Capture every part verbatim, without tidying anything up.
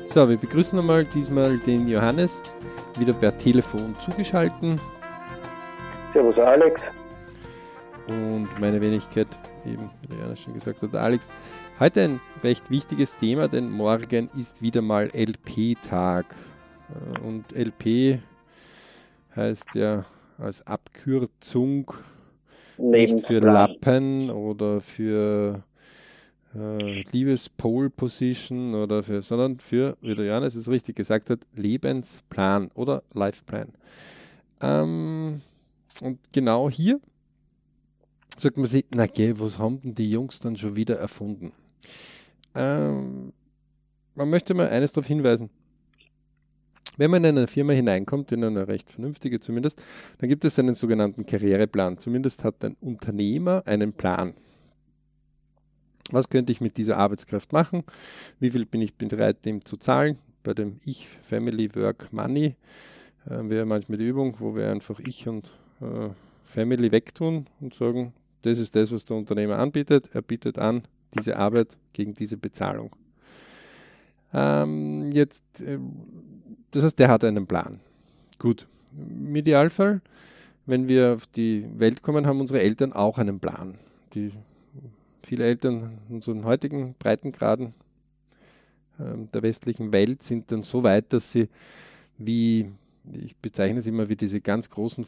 So, wir begrüßen einmal diesmal den Johannes, wieder per Telefon zugeschaltet. Servus Alex. Und meine Wenigkeit, eben, wie der Johannes schon gesagt hat, der Alex. Heute ein recht wichtiges Thema, denn morgen ist wieder mal L P-Tag. Und L P heißt ja als Abkürzung nicht für Lappen oder für äh, Liebes-Pole Position oder für, sondern für, wie der Johannes es richtig gesagt hat, Lebensplan oder Lifeplan. Ähm, und genau hier sagt man sich, na geh, was haben denn die Jungs dann schon wieder erfunden? Ähm, man möchte mal eines darauf hinweisen. Wenn man in eine Firma hineinkommt, in eine recht vernünftige zumindest, dann gibt es einen sogenannten Karriereplan. Zumindest hat ein Unternehmer einen Plan. Was könnte ich mit dieser Arbeitskraft machen? Wie viel bin ich bereit, dem zu zahlen? Bei dem Ich, Family, Work, Money äh, wäre manchmal die Übung, wo wir einfach Ich und äh, Family wegtun und sagen, das ist das, was der Unternehmer anbietet. Er bietet an diese Arbeit gegen diese Bezahlung. Ähm, jetzt, äh, das heißt, der hat einen Plan. Gut. Im Idealfall, wenn wir auf die Welt kommen, haben unsere Eltern auch einen Plan. Die, viele Eltern in unseren heutigen Breitengraden äh, der westlichen Welt sind dann so weit, dass sie wie, ich bezeichne es immer wie diese ganz großen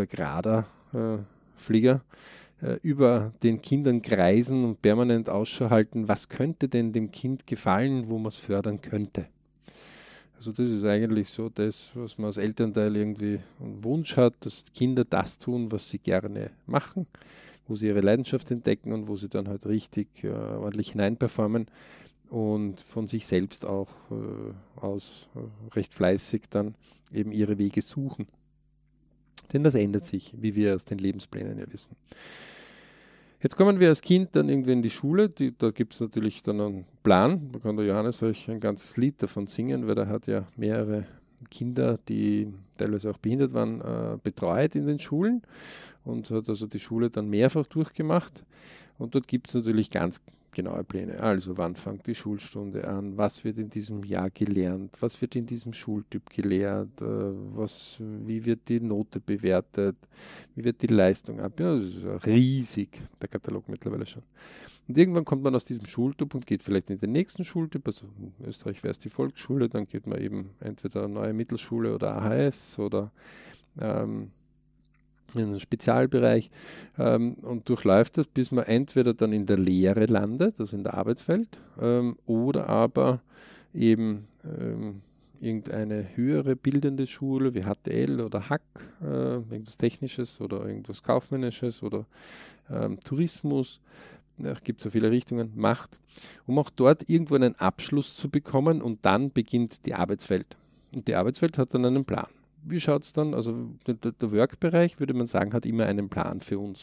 Flugzeugradar-Flieger, äh, über den Kindern kreisen und permanent Ausschau halten, was könnte denn dem Kind gefallen, wo man es fördern könnte. Also das ist eigentlich so das, was man als Elternteil irgendwie einen Wunsch hat, dass Kinder das tun, was sie gerne machen, wo sie ihre Leidenschaft entdecken und wo sie dann halt richtig äh, ordentlich hineinperformen und von sich selbst auch äh, aus äh, recht fleißig dann eben ihre Wege suchen. Denn das ändert sich, wie wir aus den Lebensplänen ja wissen. Jetzt kommen wir als Kind dann irgendwie in die Schule, die, da gibt es natürlich dann einen Plan, da kann der Johannes euch ein ganzes Lied davon singen, weil er hat ja mehrere Kinder, die teilweise auch behindert waren, äh, betreut in den Schulen und hat also die Schule dann mehrfach durchgemacht und dort gibt es natürlich ganz genaue Pläne. Also wann fängt die Schulstunde an, was wird in diesem Jahr gelernt, was wird in diesem Schultyp gelehrt, äh, was, wie wird die Note bewertet, wie wird die Leistung ab. Ja, das ist ja riesig, der Katalog mittlerweile schon. Und irgendwann kommt man aus diesem Schultyp und geht vielleicht in den nächsten Schultyp, also in Österreich wäre es die Volksschule, dann geht man eben entweder eine neue Mittelschule oder A H S oder ähm, in einem Spezialbereich ähm, und durchläuft das, bis man entweder dann in der Lehre landet, also in der Arbeitswelt, ähm, oder aber eben ähm, irgendeine höhere bildende Schule wie H T L oder H A C, äh, irgendwas Technisches oder irgendwas Kaufmännisches oder ähm, Tourismus, da gibt es so viele Richtungen, macht, um auch dort irgendwo einen Abschluss zu bekommen und dann beginnt die Arbeitswelt. Und die Arbeitswelt hat dann einen Plan. Wie schaut es dann? Also der, der Work-Bereich, würde man sagen, hat immer einen Plan für uns.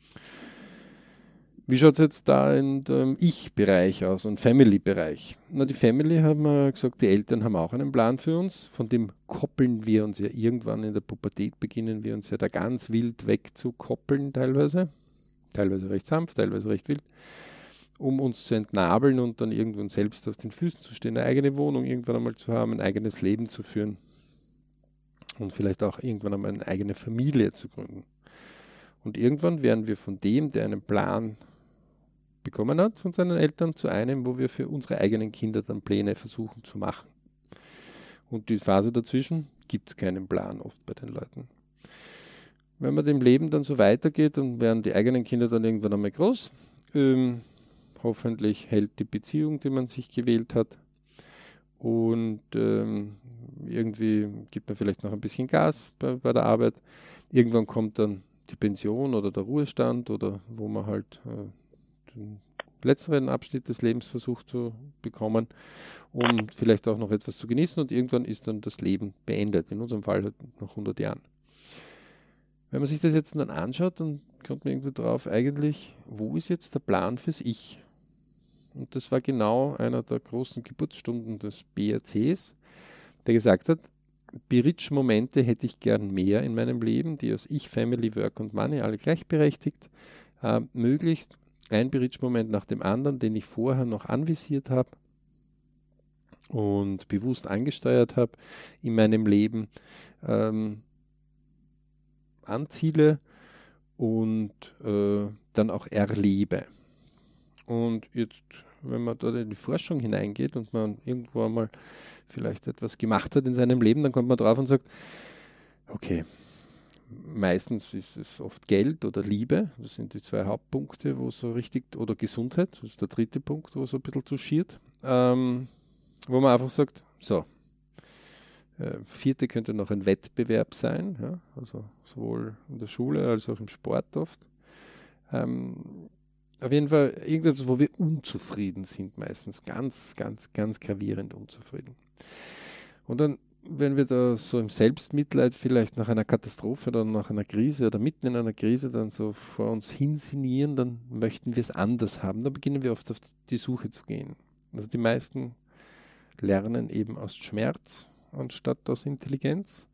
Wie schaut es jetzt da in dem Ich-Bereich aus und Family-Bereich? Na, die Family haben wir gesagt, die Eltern haben auch einen Plan für uns. Von dem koppeln wir uns ja irgendwann in der Pubertät, beginnen wir uns ja da ganz wild wegzukoppeln teilweise. Teilweise recht sanft, teilweise recht wild. Um uns zu entnabeln und dann irgendwann selbst auf den Füßen zu stehen, eine eigene Wohnung irgendwann einmal zu haben, ein eigenes Leben zu führen. Und vielleicht auch irgendwann einmal eine eigene Familie zu gründen. Und irgendwann werden wir von dem, der einen Plan bekommen hat von seinen Eltern, zu einem, wo wir für unsere eigenen Kinder dann Pläne versuchen zu machen. Und die Phase dazwischen gibt es keinen Plan oft bei den Leuten. Wenn man dem Leben dann so weitergeht und werden die eigenen Kinder dann irgendwann einmal groß, ähm, hoffentlich hält die Beziehung, die man sich gewählt hat, und ähm, irgendwie gibt man vielleicht noch ein bisschen Gas bei, bei der Arbeit. Irgendwann kommt dann die Pension oder der Ruhestand oder wo man halt äh, den letzteren Abschnitt des Lebens versucht zu bekommen, um vielleicht auch noch etwas zu genießen und irgendwann ist dann das Leben beendet, in unserem Fall halt nach hundert Jahren. Wenn man sich das jetzt dann anschaut, dann kommt man irgendwie drauf, eigentlich, wo ist jetzt der Plan fürs Ich? Und das war genau einer der großen Geburtsstunden des B R Cs, der gesagt hat, Be-Rich-Momente hätte ich gern mehr in meinem Leben, die aus Ich, Family, Work und Money alle gleichberechtigt, äh, möglichst ein Be-Rich-Moment nach dem anderen, den ich vorher noch anvisiert habe, und bewusst angesteuert habe in meinem Leben, ähm, anziele und äh, dann auch erlebe. Und jetzt, wenn man dort in die Forschung hineingeht und man irgendwo einmal vielleicht etwas gemacht hat in seinem Leben, dann kommt man drauf und sagt, okay, meistens ist es oft Geld oder Liebe, das sind die zwei Hauptpunkte, wo so richtig, oder Gesundheit, das ist der dritte Punkt, wo so ein bisschen touchiert, ähm, wo man einfach sagt, so, äh, vierte könnte noch ein Wettbewerb sein, ja, also sowohl in der Schule als auch im Sport oft. Ähm, auf jeden Fall irgendetwas, wo wir unzufrieden sind meistens, ganz, ganz, ganz gravierend unzufrieden. Und dann, wenn wir da so im Selbstmitleid vielleicht nach einer Katastrophe oder nach einer Krise oder mitten in einer Krise dann so vor uns hinsinieren, dann möchten wir es anders haben. Da beginnen wir oft auf die Suche zu gehen. Also die meisten lernen eben aus Schmerz anstatt aus Intelligenz.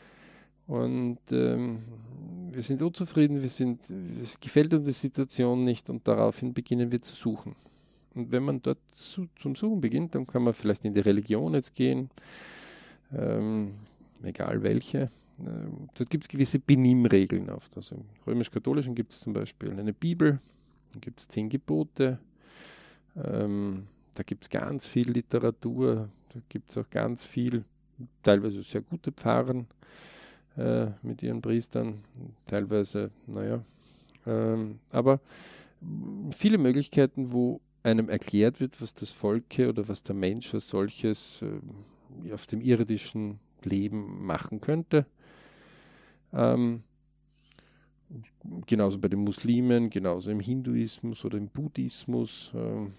Und ähm, wir sind unzufrieden, wir sind, es gefällt uns die Situation nicht und daraufhin beginnen wir zu suchen. Und wenn man dort zu, zum Suchen beginnt, dann kann man vielleicht in die Religion jetzt gehen, ähm, egal welche. Ähm, dort gibt es gewisse Benimmregeln oft. Also im römisch-katholischen gibt es zum Beispiel eine Bibel, da gibt es zehn Gebote, ähm, da gibt es ganz viel Literatur, da gibt es auch ganz viel, teilweise sehr gute Pfarren äh, mit ihren Priestern, teilweise, naja, ähm, aber viele Möglichkeiten, wo einem erklärt wird, was das Volke oder was der Mensch als solches äh, auf dem irdischen Leben machen könnte. Ähm, genauso bei den Muslimen, genauso im Hinduismus oder im Buddhismus ähm,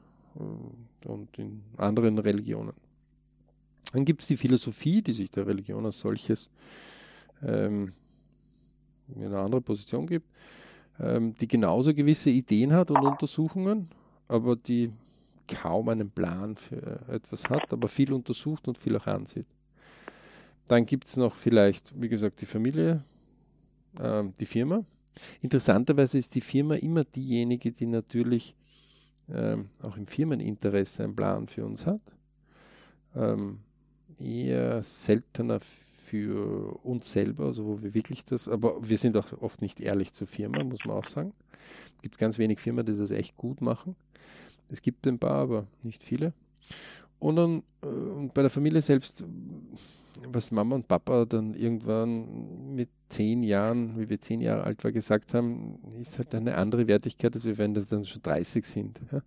äh, und in anderen Religionen. Dann gibt es die Philosophie, die sich der Religion als solches ähm, in eine andere Position gibt, ähm, die genauso gewisse Ideen hat und Untersuchungen, aber die kaum einen Plan für etwas hat, aber viel untersucht und viel auch ansieht. Dann gibt es noch vielleicht, wie gesagt, die Familie, äh, die Firma. Interessanterweise ist die Firma immer diejenige, die natürlich ähm, auch im Firmeninteresse einen Plan für uns hat. Ähm, eher seltener für uns selber, also wo wir wirklich das, aber wir sind auch oft nicht ehrlich zur Firma, muss man auch sagen. Es gibt ganz wenig Firmen, die das echt gut machen. Es gibt ein paar, aber nicht viele. Und dann äh, und bei der Familie selbst, was Mama und Papa dann irgendwann mit zehn Jahren, wie wir zehn Jahre alt waren, gesagt haben, ist halt eine andere Wertigkeit, als wir, wenn wir dann schon dreißig sind. Ja?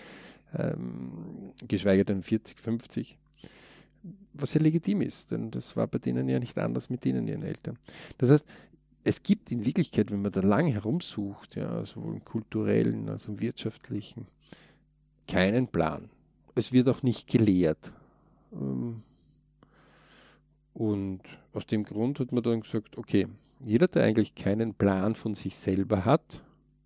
Ähm, geschweige denn vierzig, fünfzig. Was ja legitim ist, denn das war bei denen ja nicht anders mit denen, ihren Eltern. Das heißt, es gibt in Wirklichkeit, wenn man da lange herumsucht, ja, sowohl im kulturellen als auch im wirtschaftlichen, keinen Plan. Es wird auch nicht gelehrt. Und aus dem Grund hat man dann gesagt, okay, jeder, der eigentlich keinen Plan von sich selber hat,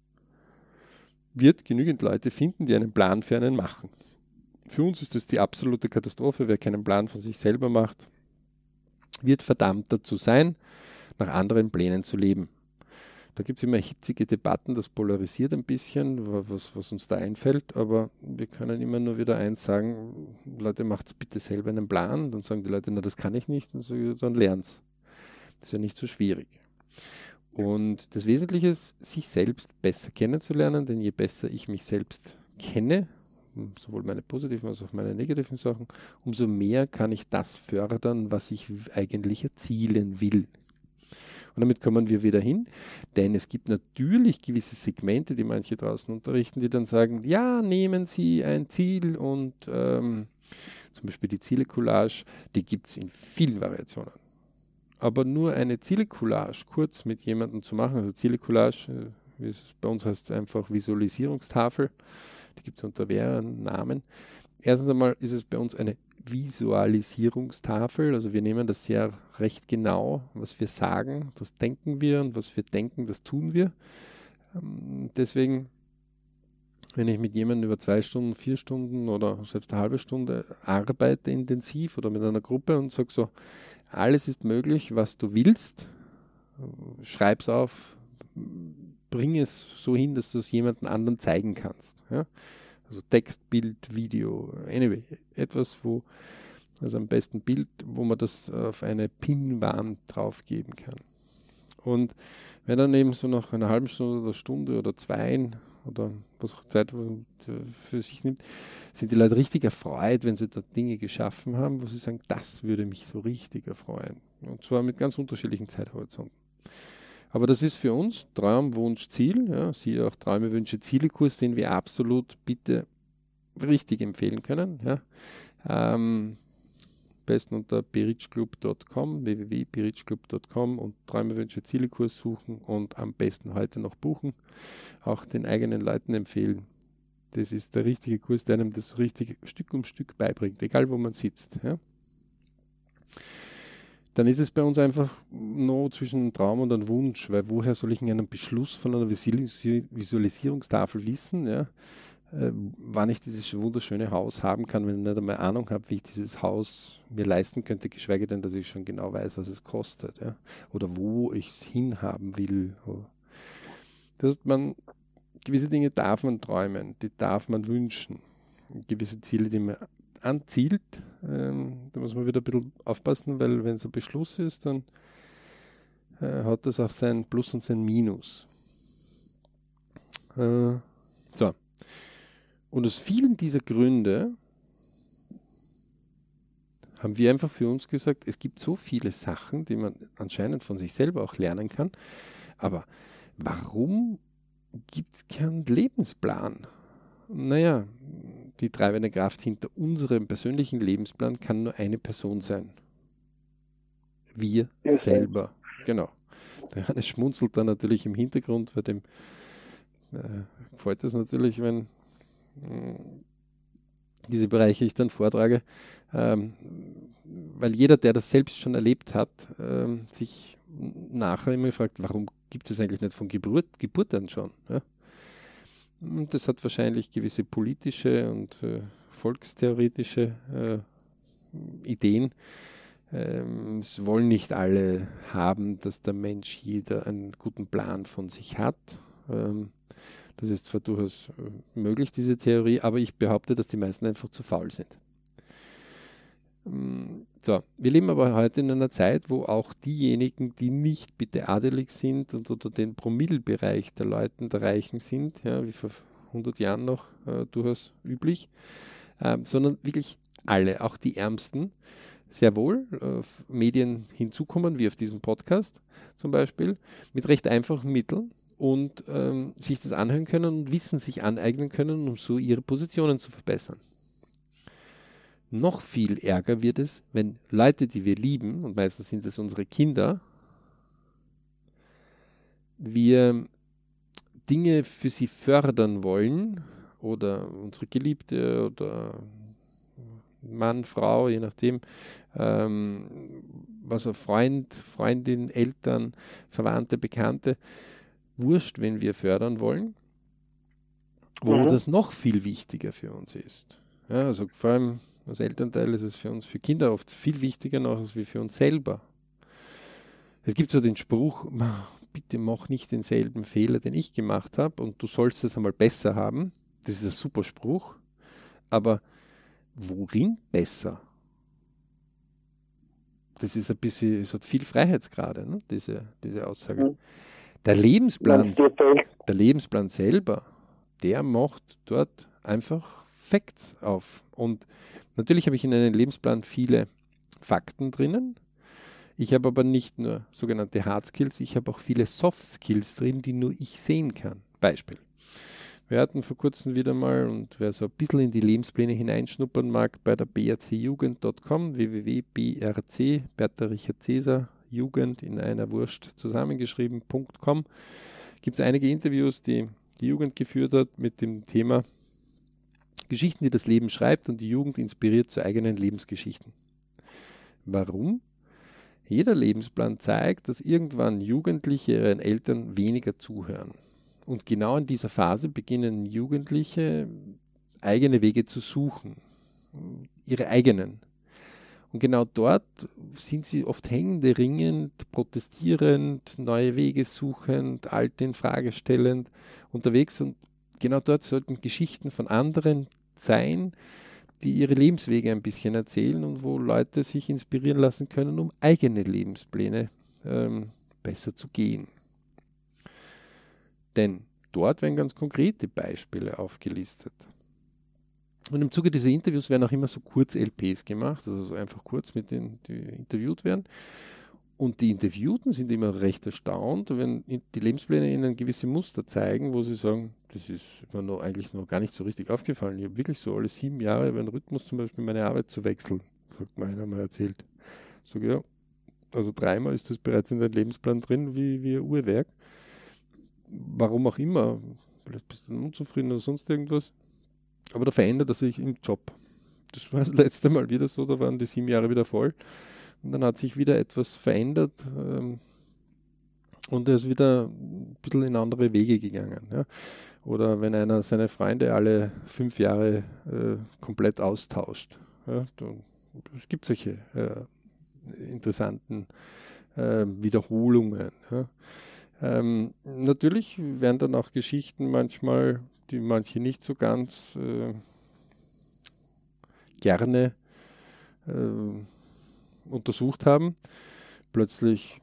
wird genügend Leute finden, die einen Plan für einen machen. Für uns ist das die absolute Katastrophe. Wer keinen Plan von sich selber macht, wird verdammt dazu sein, nach anderen Plänen zu leben. Da gibt es immer hitzige Debatten, das polarisiert ein bisschen, was, was uns da einfällt, aber wir können immer nur wieder eins sagen, Leute, macht bitte selber einen Plan. Dann sagen die Leute, na, das kann ich nicht, und so, dann lern's. Das ist ja nicht so schwierig. Und das Wesentliche ist, sich selbst besser kennenzulernen, denn je besser ich mich selbst kenne, sowohl meine positiven als auch meine negativen Sachen, umso mehr kann ich das fördern, was ich eigentlich erzielen will. Und damit kommen wir wieder hin, denn es gibt natürlich gewisse Segmente, die manche draußen unterrichten, die dann sagen, ja, nehmen Sie ein Ziel und ähm, zum Beispiel die Ziele-Collage, die gibt es in vielen Variationen. Aber nur eine Ziele-Collage kurz mit jemandem zu machen, also Ziele-Collage, wie es bei uns heißt es einfach Visualisierungstafel, die gibt es unter mehreren Namen. Erstens einmal ist es bei uns eine Visualisierungstafel, also wir nehmen das sehr recht genau, was wir sagen, das denken wir und was wir denken, das tun wir. Ähm, deswegen, wenn ich mit jemandem über zwei Stunden, vier Stunden oder selbst eine halbe Stunde arbeite intensiv oder mit einer Gruppe und sage so, alles ist möglich, was du willst, schreib's auf, bring es so hin, dass du es jemandem anderen zeigen kannst. Ja? Also Text, Bild, Video, anyway, etwas, wo, also am besten Bild, wo man das auf eine Pinnwand draufgeben kann. Und wenn dann eben so nach einer halben Stunde oder Stunde oder zwei oder was auch Zeit für sich nimmt, sind die Leute richtig erfreut, wenn sie dort Dinge geschaffen haben, wo sie sagen, das würde mich so richtig erfreuen. Und zwar mit ganz unterschiedlichen Zeithorizonten. Aber das ist für uns Traum, Wunsch, Ziel. Ja, siehe auch Träume, Wünsche, Ziele-Kurs, den wir absolut bitte richtig empfehlen können. Ja. Ähm, besten unter berichclub punkt com, w w w punkt berichclub punkt com und Träume, Wünsche, Ziele-Kurs suchen und am besten heute noch buchen. Auch den eigenen Leuten empfehlen. Das ist der richtige Kurs, der einem das so richtig Stück um Stück beibringt, egal wo man sitzt. Ja. Dann ist es bei uns einfach noch zwischen einem Traum und einem Wunsch, weil woher soll ich in einem Beschluss von einer Visualisierungstafel wissen, ja, äh, wann ich dieses wunderschöne Haus haben kann, wenn ich nicht einmal Ahnung habe, wie ich dieses Haus mir leisten könnte, geschweige denn, dass ich schon genau weiß, was es kostet, ja, oder wo ich es hinhaben will. Das heißt, man, gewisse Dinge darf man träumen, die darf man wünschen. Gewisse Ziele, die man anzielt, ähm, da muss man wieder ein bisschen aufpassen, weil wenn es ein Beschluss ist, dann äh, hat das auch sein Plus und sein Minus. Äh, so. Und aus vielen dieser Gründe haben wir einfach für uns gesagt, es gibt so viele Sachen, die man anscheinend von sich selber auch lernen kann, aber warum gibt es keinen Lebensplan? Naja, die treibende Kraft hinter unserem persönlichen Lebensplan kann nur eine Person sein. Wir ja, selber. Genau. Der Johannes schmunzelt dann natürlich im Hintergrund, bei dem äh, gefällt es natürlich, wenn äh, diese Bereiche ich dann vortrage, ähm, weil jeder, der das selbst schon erlebt hat, ähm, sich nachher immer fragt, warum gibt es eigentlich nicht von Geburt, Geburt an schon? Ja? Und das hat wahrscheinlich gewisse politische und äh, volkstheoretische äh, Ideen. Ähm, es wollen nicht alle haben, dass der Mensch jeder einen guten Plan von sich hat. Ähm, das ist zwar durchaus äh, möglich, diese Theorie, aber ich behaupte, dass die meisten einfach zu faul sind. Ähm, so, wir leben aber heute in einer Zeit, wo auch diejenigen, die nicht bitte adelig sind und unter den Promillebereich der Leuten der Reichen sind, ja, wie vor hundert Jahren noch äh, durchaus üblich, äh, sondern wirklich alle, auch die Ärmsten, sehr wohl auf Medien hinzukommen, wie auf diesem Podcast zum Beispiel, mit recht einfachen Mitteln und ähm, sich das anhören können und Wissen sich aneignen können, um so ihre Positionen zu verbessern. Noch viel ärger wird es, wenn Leute, die wir lieben, und meistens sind es unsere Kinder, wir Dinge für sie fördern wollen oder unsere Geliebte oder Mann, Frau, je nachdem, ähm, was ein Freund, Freundin, Eltern, Verwandte, Bekannte, wurscht, wenn wir fördern wollen, wo mhm. das noch viel wichtiger für uns ist. Ja, also vor allem als Elternteil ist es für uns, für Kinder oft viel wichtiger noch als wie für uns selber. Es gibt so den Spruch, bitte mach nicht denselben Fehler, den ich gemacht habe und du sollst es einmal besser haben. Das ist ein super Spruch, aber worin besser? Das ist ein bisschen, es hat viel Freiheitsgrade, ne? diese, diese Aussage. Mhm. Der Lebensplan, der Lebensplan selber, der macht dort einfach Facts auf. Und natürlich habe ich in einem Lebensplan viele Fakten drinnen. Ich habe aber nicht nur sogenannte Hard Skills, ich habe auch viele Soft Skills drin, die nur ich sehen kann. Beispiel. Wir hatten vor kurzem wieder mal, und wer so ein bisschen in die Lebenspläne hineinschnuppern mag, bei der b r c jugend punkt com, w w w punkt b r c, Bertha Richard Cäsar, Jugend in einer Wurst zusammengeschrieben, .com, gibt es einige Interviews, die die Jugend geführt hat mit dem Thema Geschichten, die das Leben schreibt und die Jugend inspiriert zu eigenen Lebensgeschichten. Warum? Jeder Lebensplan zeigt, dass irgendwann Jugendliche ihren Eltern weniger zuhören. Und genau in dieser Phase beginnen Jugendliche eigene Wege zu suchen, ihre eigenen. Und genau dort sind sie oft händeringend, protestierend, neue Wege suchend, alte in Frage stellend unterwegs. Und genau dort sollten Geschichten von anderen sein, die ihre Lebenswege ein bisschen erzählen und wo Leute sich inspirieren lassen können, um eigene Lebenspläne ähm, besser zu gehen. Denn dort werden ganz konkrete Beispiele aufgelistet. Und im Zuge dieser Interviews werden auch immer so Kurz-L Ps gemacht, also so einfach kurz mit denen, die interviewt werden. Und die Interviewten sind immer recht erstaunt, wenn die Lebenspläne ihnen gewisse Muster zeigen, wo sie sagen, das ist mir noch, eigentlich noch gar nicht so richtig aufgefallen. Ich habe wirklich so alle sieben Jahre über einen Rhythmus zum Beispiel meine Arbeit zu wechseln, sagt mir einer mal erzählt. Sag ja, also dreimal ist das bereits in deinem Lebensplan drin, wie, wie ein Uhrwerk. Warum auch immer, vielleicht bist du unzufrieden oder sonst irgendwas. Aber da verändert er sich im Job. Das war das letzte Mal wieder so, da waren die sieben Jahre wieder voll. Und dann hat sich wieder etwas verändert ähm, und er ist wieder ein bisschen in andere Wege gegangen. Ja. Oder wenn einer seine Freunde alle fünf Jahre äh, komplett austauscht. Ja, dann, es gibt solche äh, interessanten äh, Wiederholungen. Ja. Ähm, natürlich werden dann auch Geschichten manchmal, die manche nicht so ganz äh, gerne äh, untersucht haben, plötzlich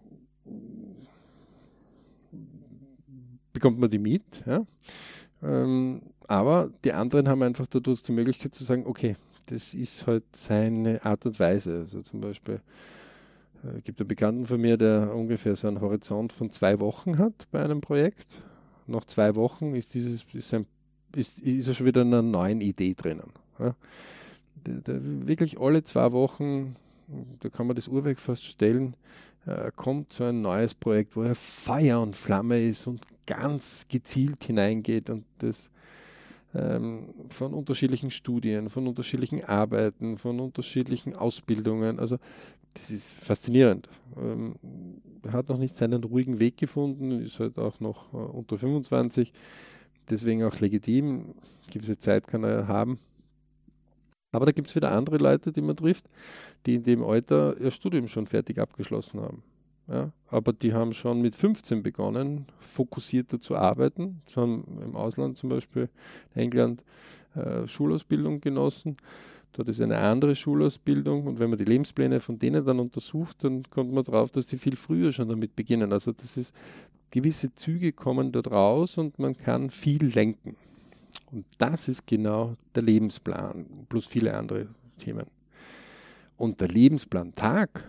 bekommt man die mit. Ja? Ähm, aber die anderen haben einfach dadurch die Möglichkeit zu sagen, okay, das ist halt seine Art und Weise. Also zum Beispiel äh, gibt es einen Bekannten von mir, der ungefähr so einen Horizont von zwei Wochen hat bei einem Projekt. Nach zwei Wochen ist, dieses, ist, ein, ist, ist er schon wieder in einer neuen Idee drinnen. Ja? Der, der wirklich alle zwei Wochen, da kann man das Uhrwerk fast stellen, äh, kommt so ein neues Projekt, wo er Feuer und Flamme ist und ganz gezielt hineingeht und das ähm, von unterschiedlichen Studien, von unterschiedlichen Arbeiten, von unterschiedlichen Ausbildungen, also das ist faszinierend. Ähm, er hat noch nicht seinen ruhigen Weg gefunden, ist halt auch noch äh, unter fünfundzwanzig, deswegen auch legitim, gewisse Zeit kann er haben. Aber da gibt es wieder andere Leute, die man trifft, die in dem Alter ihr Studium schon fertig abgeschlossen haben. Ja, aber die haben schon mit fünfzehn begonnen, fokussierter zu arbeiten. Sie haben im Ausland zum Beispiel in England äh, Schulausbildung genossen. Dort ist eine andere Schulausbildung und wenn man die Lebenspläne von denen dann untersucht, dann kommt man drauf, dass die viel früher schon damit beginnen. Also das ist, gewisse Züge kommen dort raus und man kann viel lenken. Und das ist genau der Lebensplan, plus viele andere Themen. Und der Lebensplan Tag,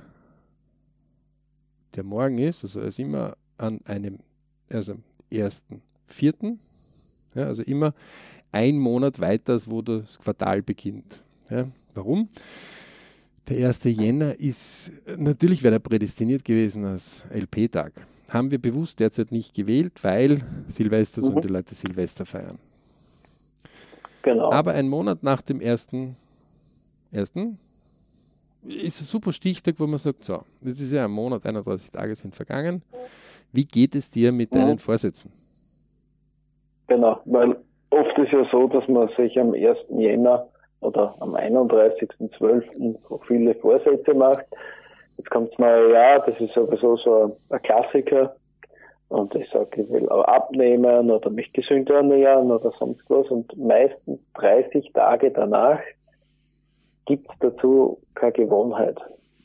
der morgen ist, also er ist immer an einem, also ersten vierten, ja, also immer ein Monat weiter, als wo das Quartal beginnt. Ja, warum? Der erste Jänner ist, natürlich wäre er prädestiniert gewesen als L P-Tag. Haben wir bewusst derzeit nicht gewählt, weil Silvester mhm. und die Leute Silvester feiern. Genau. Aber ein Monat nach dem ersten, ersten ist ein super Stichtag, wo man sagt, so, das ist ja ein Monat, einunddreißig Tage sind vergangen. Wie geht es dir mit mhm. deinen Vorsätzen? Genau, weil oft ist ja so, dass man sich am ersten Jänner oder am einunddreißigsten zwölften viele Vorsätze macht. Jetzt kommt es mal, ja, das ist sowieso so ein Klassiker. Und ich sage, ich will auch abnehmen oder mich gesünder ernähren oder sonst was. Und meistens dreißig Tage danach gibt es dazu keine Gewohnheit.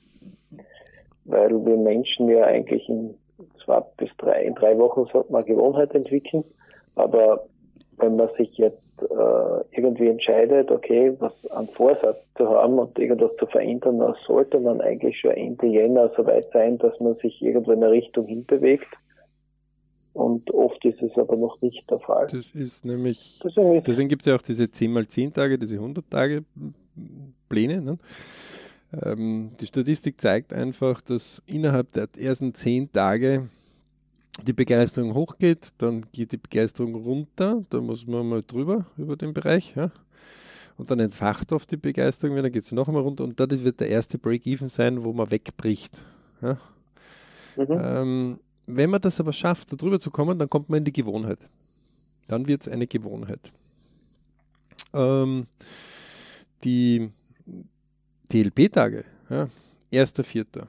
Weil wir Menschen ja eigentlich in zwei bis drei, in drei Wochen sollte man Gewohnheit entwickeln. Aber wenn man sich jetzt äh, irgendwie entscheidet, okay, was an Vorsatz zu haben und irgendwas zu verändern, dann sollte man eigentlich schon Ende Jänner so weit sein, dass man sich irgendwo in eine Richtung hinbewegt. Und oft ist es aber noch nicht der Fall. Das ist nämlich, deswegen, deswegen gibt es ja auch diese zehn mal zehn Tage, diese hundert Tage Pläne. Ne? Ähm, die Statistik zeigt einfach, dass innerhalb der ersten zehn Tage die Begeisterung hochgeht, dann geht die Begeisterung runter, da muss man mal drüber, über den Bereich, ja? Und dann entfacht auf die Begeisterung, dann geht sie noch einmal runter und das wird der erste Break-Even sein, wo man wegbricht. Ja? Mhm. Ähm, wenn man das aber schafft, da drüber zu kommen, dann kommt man in die Gewohnheit. Dann wird es eine Gewohnheit. Ähm, die T L P-Tage, ja, erster vierter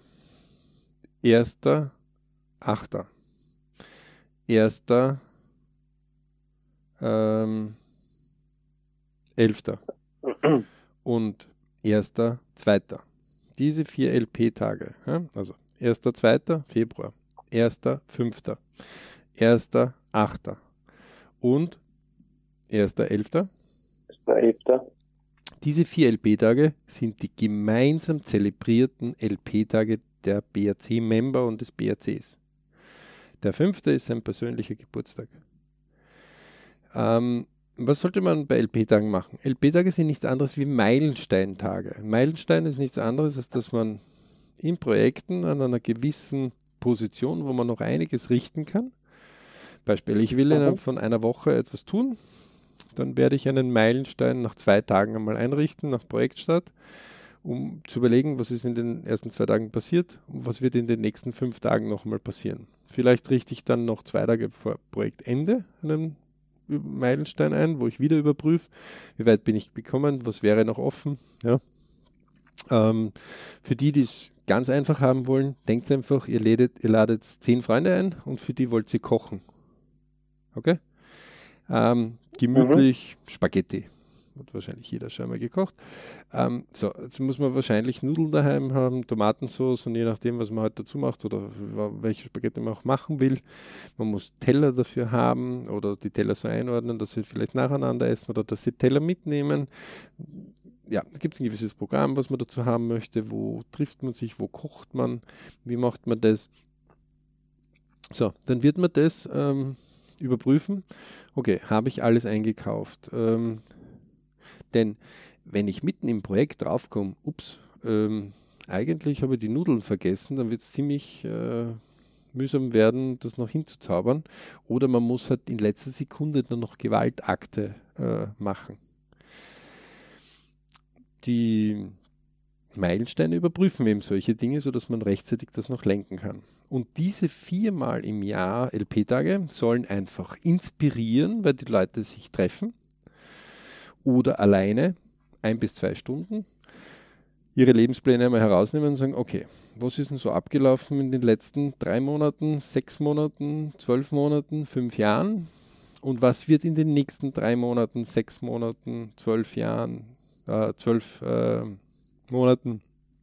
erster achter erster ähm, elfter und erster zweiter Diese vier L P-Tage, ja, also erster zweiter Februar, erster fünfter erster achter und erster elfter Diese vier L P-Tage sind die gemeinsam zelebrierten L P-Tage der B R C-Member und des B R Cs. Der fünfte ist sein persönlicher Geburtstag. Ähm, was sollte man bei L P-Tagen machen? L P-Tage sind nichts anderes wie Meilensteintage. Ein Meilenstein ist nichts anderes, als dass man in Projekten an einer gewissen Position, wo man noch einiges richten kann. Beispiel, ich will innerhalb von einer Woche etwas tun, dann werde ich einen Meilenstein nach zwei Tagen einmal einrichten, nach Projektstart, um zu überlegen, was ist in den ersten zwei Tagen passiert und was wird in den nächsten fünf Tagen nochmal passieren. Vielleicht richte ich dann noch zwei Tage vor Projektende einen Meilenstein ein, wo ich wieder überprüfe, wie weit bin ich gekommen, was wäre noch offen. Ja. Ähm, für die, die es ganz einfach haben wollen, denkt einfach, ihr ladet, ihr ladet zehn Freunde ein und für die wollt ihr kochen. Okay? Ähm, gemütlich mhm. Spaghetti. Hat wahrscheinlich jeder schon einmal gekocht. Ähm, so, jetzt muss man wahrscheinlich Nudeln daheim haben, Tomatensauce und je nachdem, was man halt dazu macht oder welche Spaghetti man auch machen will. Man muss Teller dafür haben oder die Teller so einordnen, dass sie vielleicht nacheinander essen oder dass sie Teller mitnehmen. Ja, da gibt es ein gewisses Programm, was man dazu haben möchte. Wo trifft man sich, wo kocht man, wie macht man das? So, dann wird man das ähm, überprüfen. Okay, habe ich alles eingekauft? Ähm, Denn wenn ich mitten im Projekt draufkomme, ups, ähm, eigentlich habe ich die Nudeln vergessen, dann wird es ziemlich äh, mühsam werden, das noch hinzuzaubern. Oder man muss halt in letzter Sekunde dann noch Gewaltakte äh, machen. Die Meilensteine überprüfen eben solche Dinge, sodass man rechtzeitig das noch lenken kann. Und diese viermal im Jahr L P-Tage sollen einfach inspirieren, weil die Leute sich treffen oder alleine ein bis zwei Stunden ihre Lebenspläne einmal herausnehmen und sagen, okay, was ist denn so abgelaufen in den letzten drei Monaten, sechs Monaten, zwölf Monaten, fünf Jahren und was wird in den nächsten drei Monaten, sechs Monaten, zwölf Jahren, äh, zwölf äh, Monaten,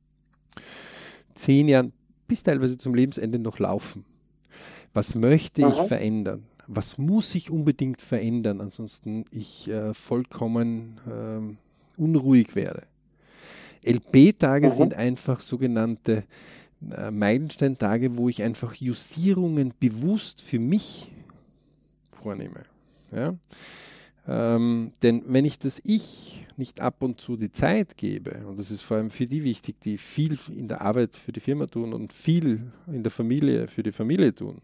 zehn Jahren bis teilweise zum Lebensende noch laufen. Was möchte Aha. ich verändern? Was muss ich unbedingt verändern, ansonsten ich äh, vollkommen äh, unruhig werde. L P-Tage mhm. sind einfach sogenannte äh, Meilensteintage, wo ich einfach Justierungen bewusst für mich vornehme. Ja? Ähm, denn wenn ich das Ich nicht ab und zu die Zeit gebe, und das ist vor allem für die wichtig, die viel in der Arbeit für die Firma tun und viel in der Familie für die Familie tun,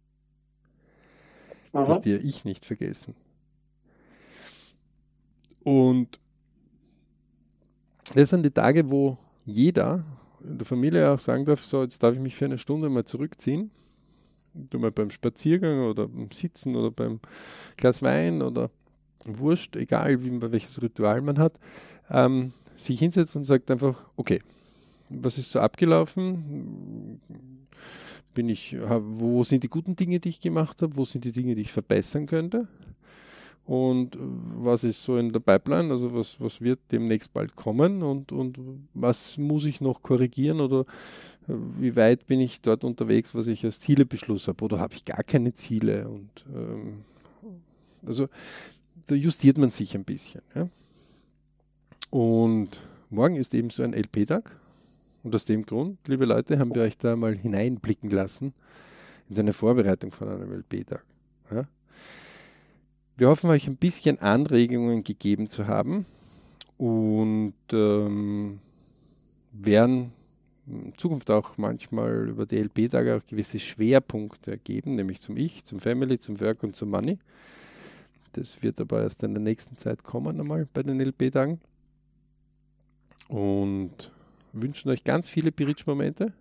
Aha. dass die Ich nicht vergessen. Und das sind die Tage, wo jeder in der Familie auch sagen darf, so jetzt darf ich mich für eine Stunde mal zurückziehen, mal beim Spaziergang oder beim Sitzen oder beim Glas Wein oder Wurscht, egal wie, welches Ritual man hat, ähm, sich hinsetzt und sagt einfach, okay, was ist so abgelaufen? Bin ich, wo sind die guten Dinge, die ich gemacht habe? Wo sind die Dinge, die ich verbessern könnte? Und was ist so in der Pipeline? Also was, was wird demnächst bald kommen? Und, und was muss ich noch korrigieren? Oder wie weit bin ich dort unterwegs, was ich als Zielebeschluss habe? Oder habe ich gar keine Ziele? Und ähm, also da justiert man sich ein bisschen. Ja? Und morgen ist eben so ein L P-Tag. Und aus dem Grund, liebe Leute, haben wir euch da mal hineinblicken lassen in so eine Vorbereitung von einem L P-Tag. Ja? Wir hoffen, euch ein bisschen Anregungen gegeben zu haben und ähm, werden in Zukunft auch manchmal über die L P-Tage auch gewisse Schwerpunkte geben, nämlich zum Ich, zum Family, zum Work und zum Money. Das wird aber erst in der nächsten Zeit kommen, einmal bei den L P-Tagen. Und wünschen euch ganz viele Piritsch-Momente.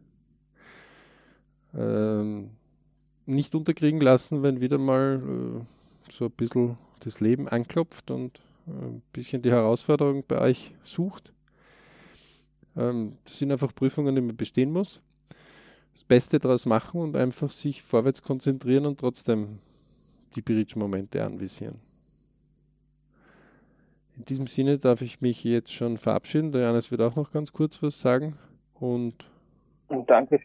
Ähm, nicht unterkriegen lassen, wenn wieder mal äh, so ein bisschen das Leben anklopft und äh, ein bisschen die Herausforderung bei euch sucht. Ähm, das sind einfach Prüfungen, die man bestehen muss. Das Beste daraus machen und einfach sich vorwärts konzentrieren und trotzdem die Piritsch-Momente anvisieren. In diesem Sinne darf ich mich jetzt schon verabschieden. Der Johannes wird auch noch ganz kurz was sagen. Und danke.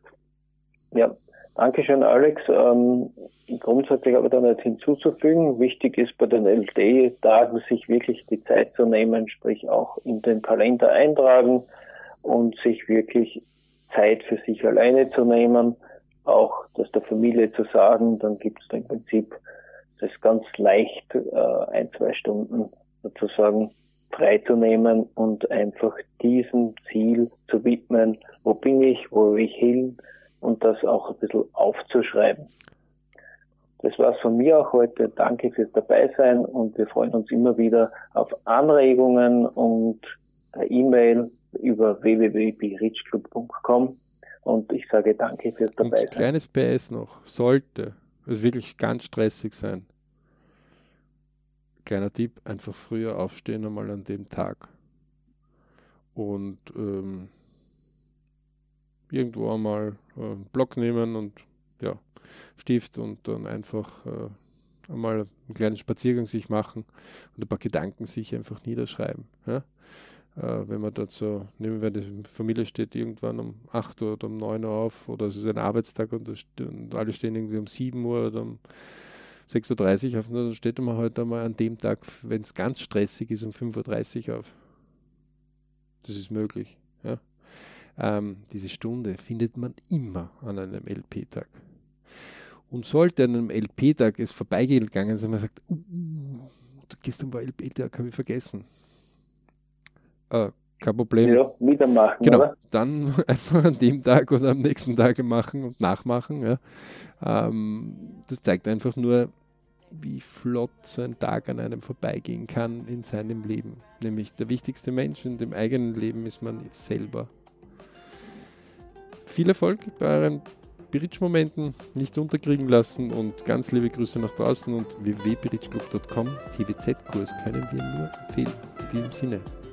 Ja, danke schön, Alex. Ähm, grundsätzlich aber da nicht hinzuzufügen. Wichtig ist bei den L T-Tagen sich wirklich die Zeit zu nehmen, sprich auch in den Kalender eintragen und sich wirklich Zeit für sich alleine zu nehmen, auch das der Familie zu sagen. Dann gibt es im Prinzip das ganz leicht, äh, ein, zwei Stunden sozusagen freizunehmen und einfach diesem Ziel zu widmen, wo bin ich, wo will ich hin, und das auch ein bisschen aufzuschreiben. Das war's von mir auch heute. Danke fürs Dabeisein und wir freuen uns immer wieder auf Anregungen und per E-Mail über w w w punkt berichclub punkt com und ich sage danke fürs Dabeisein. Ein kleines P S noch. Sollte es wirklich ganz stressig sein, kleiner Tipp, einfach früher aufstehen einmal an dem Tag und ähm, irgendwo einmal äh, einen Block nehmen und ja, Stift und dann einfach äh, einmal einen kleinen Spaziergang sich machen und ein paar Gedanken sich einfach niederschreiben. Ja? Äh, wenn man dort so, nehmen wir, die Familie steht irgendwann um acht Uhr oder um neun Uhr auf oder es ist ein Arbeitstag und, und alle stehen irgendwie um sieben Uhr oder um sechs Uhr dreißig auf, dann steht man heute einmal an dem Tag, wenn es ganz stressig ist, um fünf Uhr dreißig auf. Das ist möglich. Ja? Ähm, diese Stunde findet man immer an einem L P-Tag. Und sollte an einem L P-Tag es vorbeigegangen sein, man sagt, uh, gestern war L P-Tag, habe ich vergessen. Äh, kein Problem. Ja, wieder machen, genau, oder? Dann einfach an dem Tag oder am nächsten Tag machen und nachmachen. Ja. Ähm, das zeigt einfach nur, wie flott so ein Tag an einem vorbeigehen kann in seinem Leben. Nämlich der wichtigste Mensch in dem eigenen Leben ist man selber. Viel Erfolg bei euren Bridge-Momenten, nicht unterkriegen lassen und ganz liebe Grüße nach draußen und w w w punkt berichclub punkt com. T W Z-Kurs können wir nur empfehlen. In diesem Sinne.